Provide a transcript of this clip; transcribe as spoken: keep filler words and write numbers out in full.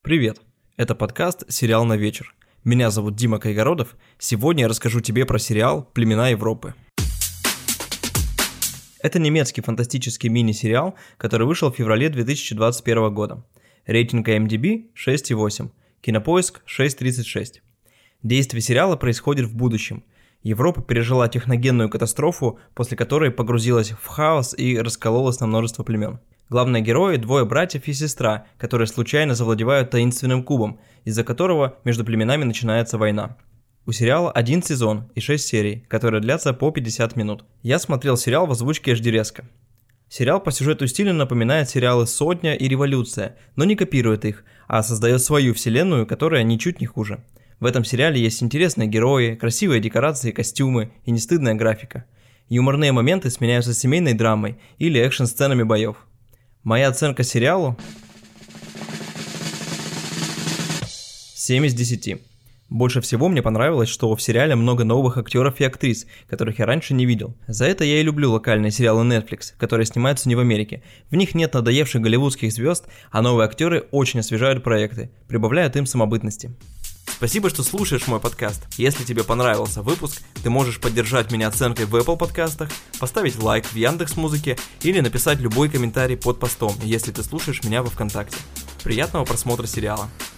Привет, это подкаст «Сериал на вечер». Меня зовут Дима Кайгородов. Сегодня я расскажу тебе про сериал «Племена Европы». Это немецкий фантастический мини-сериал, который вышел в феврале две тысячи двадцать первого года. Рейтинг ай эм ди би шесть и восемь, Кинопоиск шесть тридцать шесть. Действие сериала происходит в будущем. Европа пережила техногенную катастрофу, после которой погрузилась в хаос и раскололась на множество племен. Главные герои – двое братьев и сестра, которые случайно завладевают таинственным кубом, из-за которого между племенами начинается война. У сериала один сезон и шесть серий, которые длятся по пятьдесят минут. Я смотрел сериал в озвучке эйч ди резко. Сериал по сюжету и стилю напоминает сериалы «Сотня» и «Революция», но не копирует их, а создает свою вселенную, которая ничуть не хуже. В этом сериале есть интересные герои, красивые декорации, костюмы и нестыдная графика. Юморные моменты сменяются семейной драмой или экшн-сценами боев. Моя оценка сериалу семь из десяти. Больше всего мне понравилось, что в сериале много новых актеров и актрис, которых я раньше не видел. За это я и люблю локальные сериалы Netflix, которые снимаются не в Америке. В них нет надоевших голливудских звезд, а новые актеры очень освежают проекты, прибавляют им самобытности. Спасибо, что слушаешь мой подкаст. Если тебе понравился выпуск, ты можешь поддержать меня оценкой в Apple подкастах, поставить лайк в Яндекс.Музыке или написать любой комментарий под постом, если ты слушаешь меня во ВКонтакте. Приятного просмотра сериала.